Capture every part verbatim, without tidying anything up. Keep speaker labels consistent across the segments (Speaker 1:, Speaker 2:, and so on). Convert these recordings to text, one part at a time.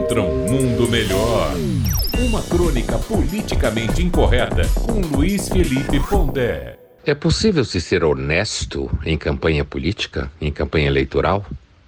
Speaker 1: contra um mundo melhor. Uma crônica politicamente incorreta com Luiz Felipe Pondé.
Speaker 2: É possível se ser honesto em campanha política, em campanha eleitoral?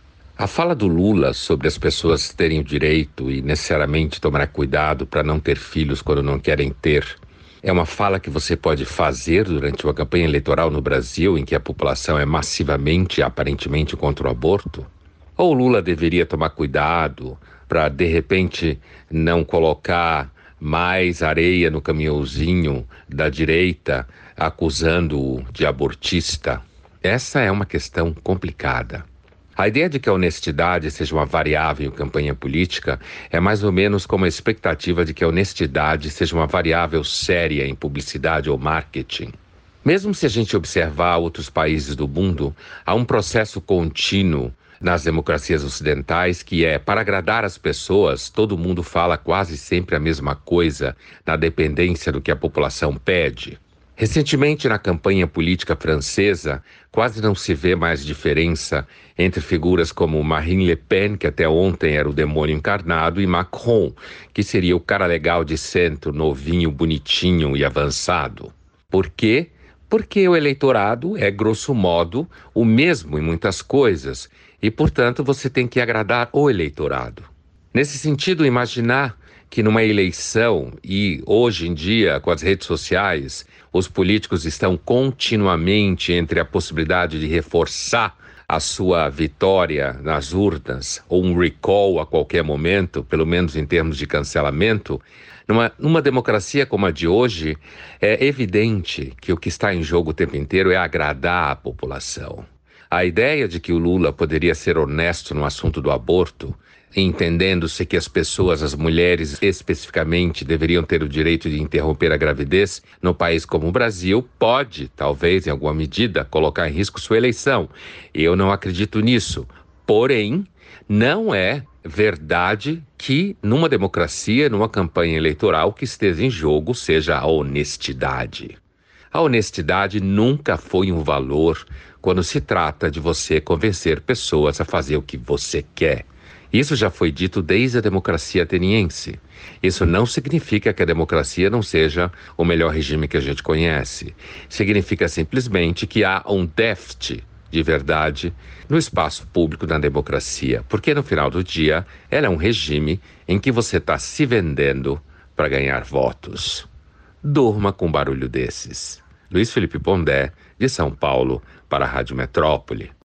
Speaker 2: A fala do Lula sobre as pessoas terem o direito e necessariamente tomar cuidado para não ter filhos quando não querem ter, é uma fala que você pode fazer durante uma campanha eleitoral no Brasil, em que a população é massivamente e aparentemente contra o aborto? Ou o Lula deveria tomar cuidado para, de repente, não colocar mais areia no caminhãozinho da direita, acusando-o de abortista? Essa é uma questão complicada. A ideia de que a honestidade seja uma variável em campanha política é mais ou menos como a expectativa de que a honestidade seja uma variável séria em publicidade ou marketing. Mesmo se a gente observar outros países do mundo, há um processo contínuo nas democracias ocidentais que é, para agradar as pessoas, todo mundo fala quase sempre a mesma coisa, na dependência do que a população pede. Recentemente, na campanha política francesa, quase não se vê mais diferença entre figuras como Marine Le Pen, que até ontem era o demônio encarnado, e Macron, que seria o cara legal de centro, novinho, bonitinho e avançado. Por quê? Porque o eleitorado é, grosso modo, o mesmo em muitas coisas e, portanto, você tem que agradar o eleitorado. Nesse sentido, imaginar que numa eleição, e hoje em dia com as redes sociais, os políticos estão continuamente entre a possibilidade de reforçar a sua vitória nas urnas, ou um recall a qualquer momento, pelo menos em termos de cancelamento, numa, numa democracia como a de hoje, é evidente que o que está em jogo o tempo inteiro é agradar a população. A ideia de que o Lula poderia ser honesto no assunto do aborto, entendendo-se que as pessoas, as mulheres especificamente, deveriam ter o direito de interromper a gravidez no país como o Brasil, pode, talvez, em alguma medida, colocar em risco sua eleição. Eu não acredito nisso. Porém, não é verdade que numa democracia, numa campanha eleitoral, que esteja em jogo seja a honestidade. A honestidade nunca foi um valor quando se trata de você convencer pessoas a fazer o que você quer. Isso já foi dito desde a democracia ateniense. Isso não significa que a democracia não seja o melhor regime que a gente conhece. Significa simplesmente que há um déficit de verdade no espaço público da democracia, porque no final do dia ela é um regime em que você está se vendendo para ganhar votos. Durma com um barulho desses. Luiz Felipe Pondé, de São Paulo, para a Rádio Metrópole.